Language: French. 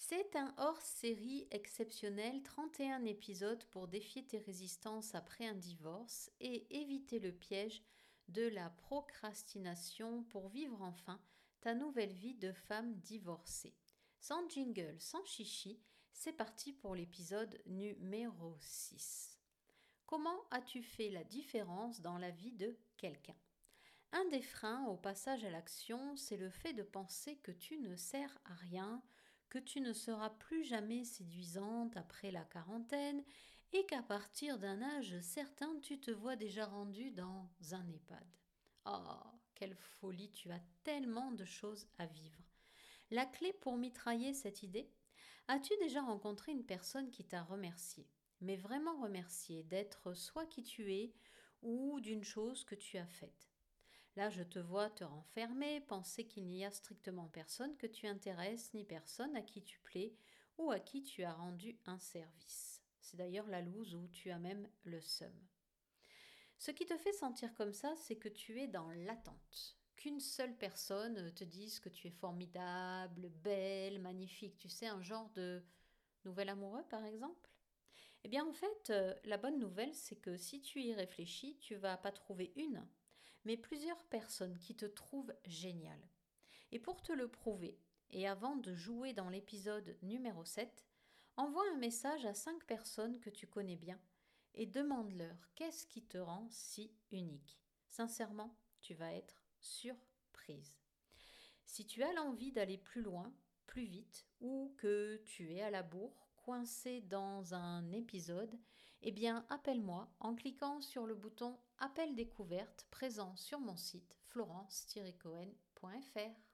C'est un hors-série exceptionnel, 31 épisodes pour défier tes résistances après un divorce et éviter le piège de la procrastination pour vivre enfin ta nouvelle vie de femme divorcée. Sans jingle, sans chichi, c'est parti pour l'épisode numéro 6. Comment as-tu fait la différence dans la vie de quelqu'un ? Un des freins au passage à l'action, c'est le fait de penser que tu ne sers à rien, que tu ne seras plus jamais séduisante après la quarantaine et qu'à partir d'un âge certain, tu te vois déjà rendue dans un EHPAD. Oh, quelle folie, tu as tellement de choses à vivre. La clé pour mitrailler cette idée, as-tu déjà rencontré une personne qui t'a remercié, mais vraiment remercié d'être soit qui tu es ou d'une chose que tu as faite? Là, je te vois te renfermer, penser qu'il n'y a strictement personne que tu intéresses, ni personne à qui tu plais ou à qui tu as rendu un service. C'est d'ailleurs la loose où tu as même le seum. Ce qui te fait sentir comme ça, c'est que tu es dans l'attente. Qu'une seule personne te dise que tu es formidable, belle, magnifique. Tu sais, un genre de nouvel amoureux, par exemple. Eh bien, en fait, la bonne nouvelle, c'est que si tu y réfléchis, tu vas pas trouver une, mais plusieurs personnes qui te trouvent génial. Et pour te le prouver, et avant de jouer dans l'épisode numéro 7, envoie un message à 5 personnes que tu connais bien et demande-leur qu'est-ce qui te rend si unique. Sincèrement, tu vas être surprise. Si tu as l'envie d'aller plus loin, plus vite, ou que tu es à la bourre, coincé dans un épisode, eh bien appelle-moi en cliquant sur le bouton Appel découverte présent sur mon site florence-cohen.fr.